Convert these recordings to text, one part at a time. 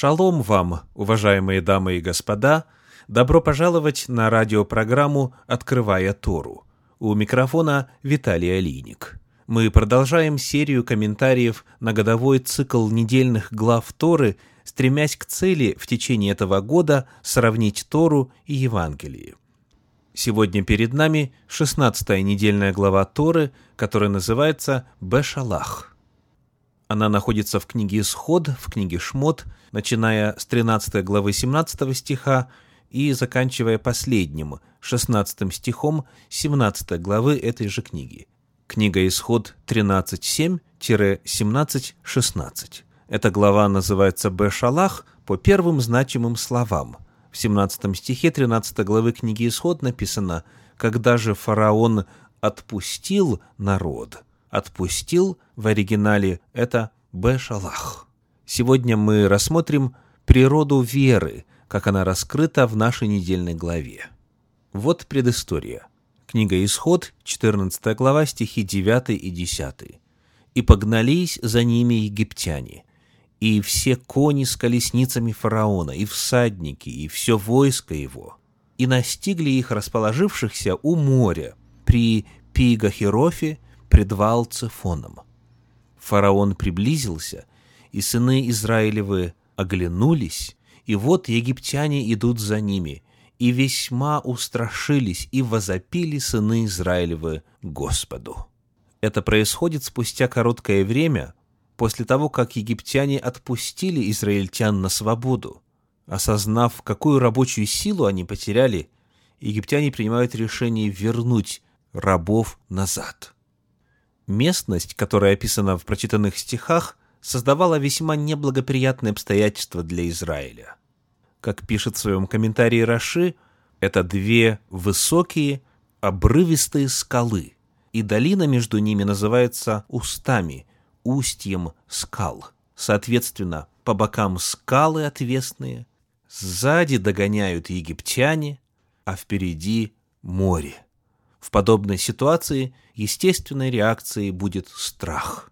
Шалом вам, уважаемые дамы и господа! Добро пожаловать на радиопрограмму «Открывая Тору». У микрофона Виталий Алийник. Мы продолжаем серию комментариев на годовой цикл недельных глав Торы, стремясь к цели в течение этого года сравнить Тору и Евангелие. Сегодня перед нами 16-я недельная глава Торы, которая называется «Бешалах». Она находится в книге Исход, в книге Шмот, начиная с 13 главы 17 стиха и заканчивая последним, 16 стихом 17 главы этой же книги. Книга Исход 13:7-17:16. Эта глава называется «Бешалах» по первым значимым словам. В 17 стихе 13 главы книги Исход написано: «Когда же фараон отпустил народ». «Отпустил» в оригинале – это «Бешалах». Сегодня мы рассмотрим природу веры, как она раскрыта в нашей недельной главе. Вот предыстория. Книга Исход, 14 глава, стихи 9 и 10. «И погнались за ними египтяне, и все кони с колесницами фараона, и всадники, и все войско его, и настигли их расположившихся у моря при Пи-Гахерофе, пред Ваал-Цефоном. Фараон приблизился, и сыны Израилевы оглянулись, и вот египтяне идут за ними, и весьма устрашились, и возопили сыны Израилевы Господу». Это происходит спустя короткое время, после того, как египтяне отпустили израильтян на свободу. Осознав, какую рабочую силу они потеряли, египтяне принимают решение вернуть рабов назад. Местность, которая описана в прочитанных стихах, создавала весьма неблагоприятные обстоятельства для Израиля. Как пишет в своем комментарии Раши, это две высокие, обрывистые скалы, и долина между ними называется устами, устьем скал. Соответственно, по бокам скалы отвесные, сзади догоняют египтяне, а впереди море. В подобной ситуации естественной реакцией будет страх.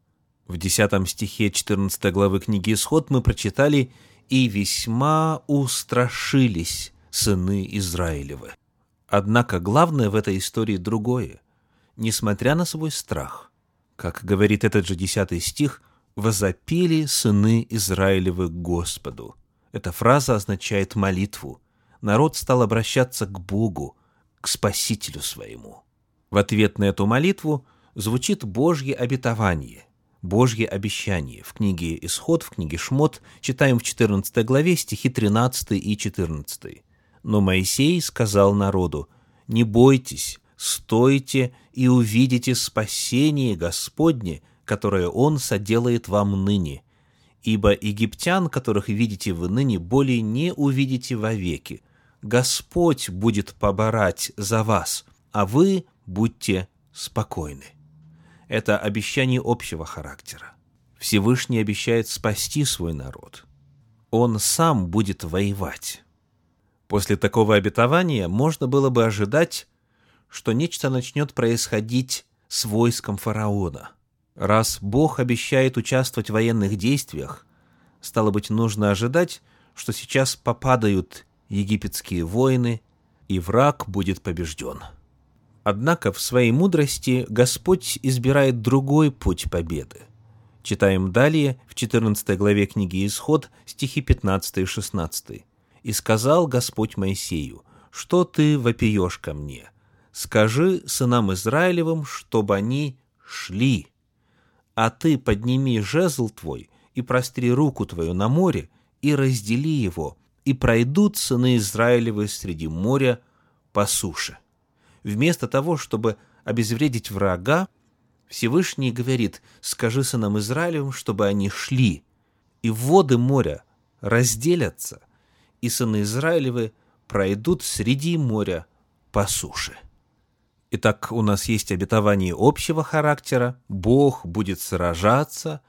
В 10 стихе 14 главы книги Исход мы прочитали: «И весьма устрашились сыны Израилевы». Однако главное в этой истории другое. Несмотря на свой страх, как говорит этот же 10 стих, «возопили сыны Израилевы к Господу». Эта фраза означает молитву. Народ стал обращаться к Богу, к Спасителю своему. В ответ на эту молитву звучит Божье обетование, Божье обещание. В книге Исход, в книге Шмот читаем в 14 главе стихи 13 и 14. «Но Моисей сказал народу: не бойтесь, стойте и увидите спасение Господне, которое Он соделает вам ныне. Ибо египтян, которых видите вы ныне, более не увидите вовеки. Господь будет поборать за вас, а вы будьте спокойны». Это обещание общего характера. Всевышний обещает спасти свой народ. Он сам будет воевать. После такого обетования можно было бы ожидать, что нечто начнет происходить с войском фараона. Раз Бог обещает участвовать в военных действиях, стало быть, нужно ожидать, что сейчас попадают египетские воины, и враг будет побежден. Однако в своей мудрости Господь избирает другой путь победы. Читаем далее в 14 главе книги Исход, стихи 15 и 16. «И сказал Господь Моисею: что ты вопиешь ко мне? Скажи сынам Израилевым, чтобы они шли. А ты подними жезл твой и простри руку твою на море, и раздели его, и пройдут сыны Израилевы среди моря по суше». Вместо того, чтобы обезвредить врага, Всевышний говорит: скажи сынам Израилевым, чтобы они шли, и воды моря разделятся, и сыны Израилевы пройдут среди моря по суше. Итак, у нас есть обетование общего характера, Бог будет сражаться,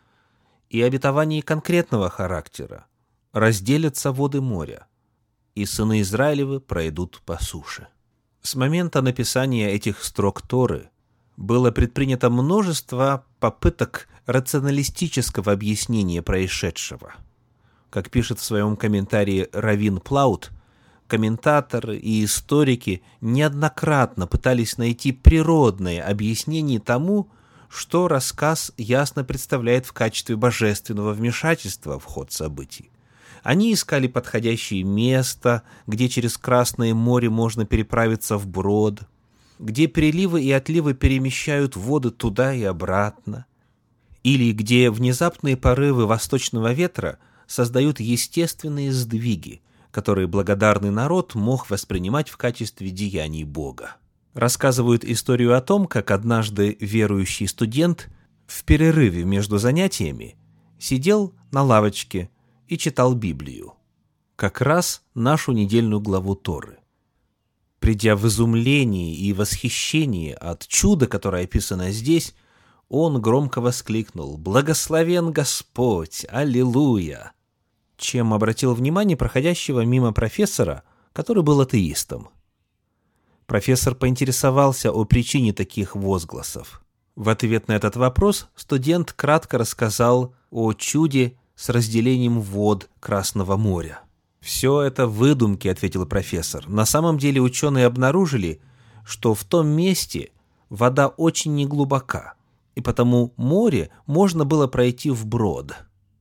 и обетование конкретного характера, разделятся воды моря, и сыны Израилевы пройдут по суше. С момента написания этих строк Торы было предпринято множество попыток рационалистического объяснения происшедшего. Как пишет в своем комментарии Равин Плаут, комментаторы и историки неоднократно пытались найти природное объяснение тому, что рассказ ясно представляет в качестве божественного вмешательства в ход событий. Они искали подходящее место, где через Красное море можно переправиться вброд, где приливы и отливы перемещают воды туда и обратно, или где внезапные порывы восточного ветра создают естественные сдвиги, которые благодарный народ мог воспринимать в качестве деяний Бога. Рассказывают историю о том, как однажды верующий студент в перерыве между занятиями сидел на лавочке и читал Библию, как раз нашу недельную главу Торы. Придя в изумление и восхищение от чуда, которое описано здесь, он громко воскликнул: «Благословен Господь! Аллилуйя!», чем обратил внимание проходящего мимо профессора, который был атеистом. Профессор поинтересовался о причине таких возгласов. В ответ на этот вопрос студент кратко рассказал о чуде с разделением вод Красного моря. «Все это выдумки», — ответил профессор. «На самом деле ученые обнаружили, что в том месте вода очень неглубока, и потому море можно было пройти вброд».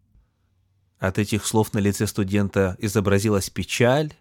От этих слов на лице студента изобразилась печаль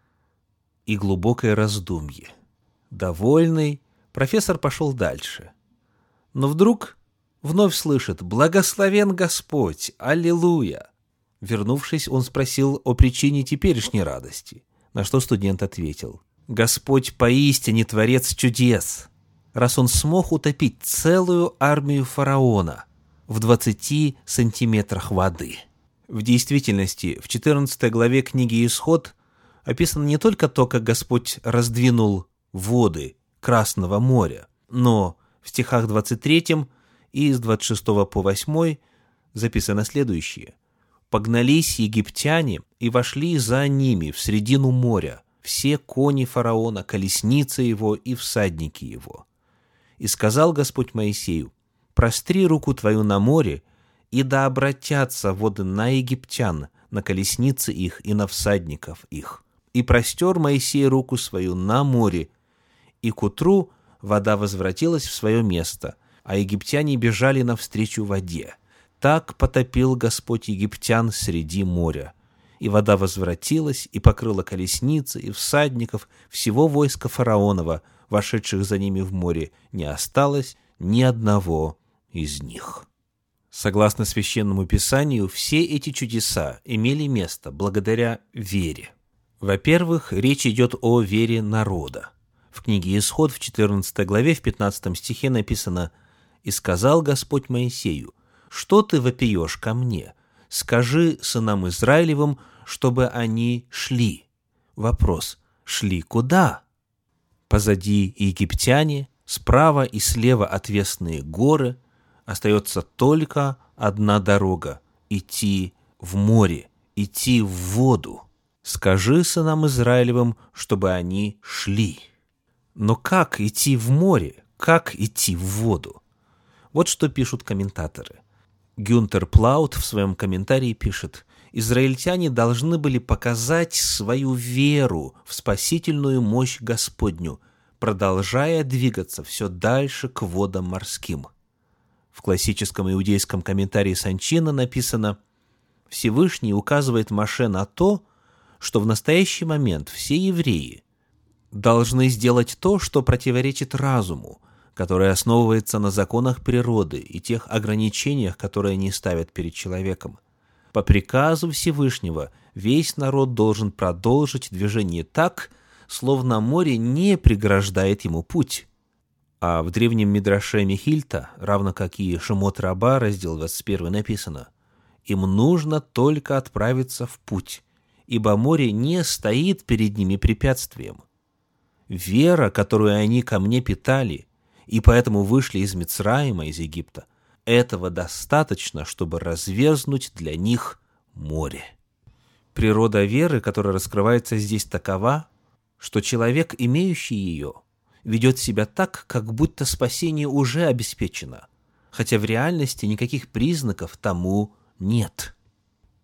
и глубокое раздумье. Довольный, профессор пошел дальше. Но вдруг вновь слышит: «Благословен Господь! Аллилуйя!». Вернувшись, он спросил о причине теперешней радости, на что студент ответил: «Господь поистине творец чудес, раз он смог утопить целую армию фараона в 20 сантиметрах воды». В действительности, в 14 главе книги «Исход» описано не только то, как Господь раздвинул воды Красного моря, но в стихах 23 и с 26 по 8 записано следующее: «Погнались египтяне и вошли за ними в средину моря, все кони фараона, колесницы его и всадники его. И сказал Господь Моисею: простри руку твою на море, и да обратятся воды на египтян, на колесницы их и на всадников их. И простер Моисей руку свою на море, и к утру вода возвратилась в свое место, а египтяне бежали навстречу воде. Так потопил Господь египтян среди моря. И вода возвратилась и покрыла колесницы и всадников всего войска фараонова, вошедших за ними в море, не осталось ни одного из них». Согласно Священному Писанию, все эти чудеса имели место благодаря вере. Во-первых, речь идет о вере народа. В книге «Исход» в 14 главе, в 15 стихе написано: «И сказал Господь Моисею: что ты вопиешь ко мне? Скажи сынам Израилевым, чтобы они шли». Вопрос: шли куда? Позади египтяне, справа и слева отвесные горы, остается только одна дорога — идти в море, идти в воду. «Скажи сынам Израилевым, чтобы они шли». Но как идти в море? Как идти в воду? Вот что пишут комментаторы. Гюнтер Плаут в своем комментарии пишет: «Израильтяне должны были показать свою веру в спасительную мощь Господню, продолжая двигаться все дальше к водам морским». В классическом иудейском комментарии Санчина написано: «Всевышний указывает Моше на то, что в настоящий момент все евреи должны сделать то, что противоречит разуму, который основывается на законах природы и тех ограничениях, которые они ставят перед человеком. По приказу Всевышнего весь народ должен продолжить движение так, словно море не преграждает ему путь». А в древнем Мидраше Мехильта, равно как и Шемот Раба, раздел 21, написано: «Им нужно только отправиться в путь, ибо море не стоит перед ними препятствием. Вера, которую они ко мне питали, и поэтому вышли из Мицраима, из Египта, этого достаточно, чтобы разверзнуть для них море». Природа веры, которая раскрывается здесь, такова, что человек, имеющий ее, ведет себя так, как будто спасение уже обеспечено, хотя в реальности никаких признаков тому нет.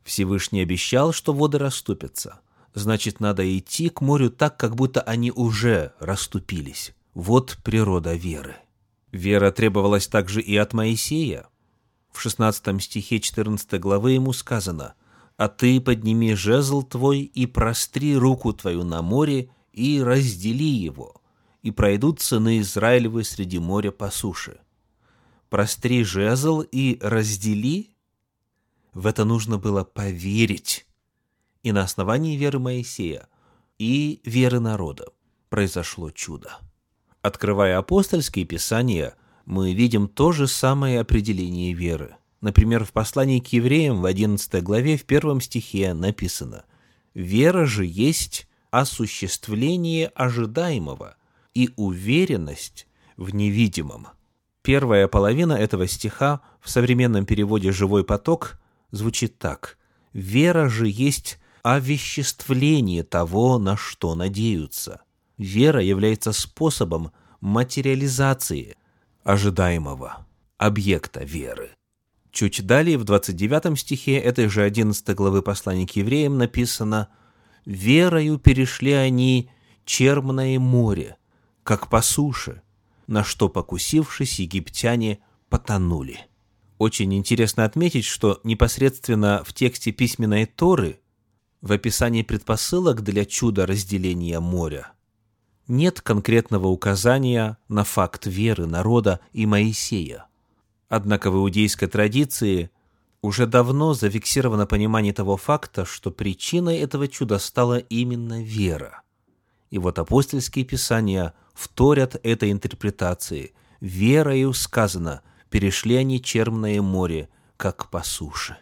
Всевышний обещал, что воды расступятся. Значит, надо идти к морю так, как будто они уже расступились. Вот природа веры. Вера требовалась также и от Моисея. В 16 стихе 14 главы ему сказано: «А ты подними жезл твой и простри руку твою на море и раздели его, и пройдут сыны Израилевы среди моря по суше». Простри жезл и раздели — в это нужно было поверить. И на основании веры Моисея и веры народа произошло чудо. Открывая апостольские писания, мы видим то же самое определение веры. Например, в послании к евреям в 11 главе в 1 стихе написано: «Вера же есть осуществление ожидаемого и уверенность в невидимом». Первая половина этого стиха в современном переводе «Живой поток» звучит так: «Вера же есть овеществление того, на что надеются». Вера является способом материализации ожидаемого объекта веры. Чуть далее, в 29 стихе этой же 11 главы послания к евреям написано: «Верою перешли они Черное море, как по суше, на что, покусившись, египтяне потонули». Очень интересно отметить, что непосредственно в тексте письменной Торы, в описании предпосылок для чуда разделения моря, нет конкретного указания на факт веры народа и Моисея. Однако в иудейской традиции уже давно зафиксировано понимание того факта, что причиной этого чуда стала именно вера. И вот апостольские писания вторят этой интерпретации. «Верою сказано, перешли они Черное море, как по суше».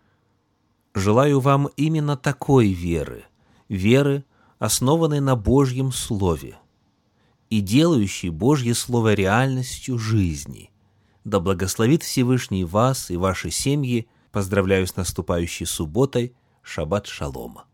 Желаю вам именно такой веры, основанной на Божьем Слове и делающей Божье Слово реальностью жизни. Да благословит Всевышний вас и ваши семьи. Поздравляю с наступающей субботой. Шаббат шалом.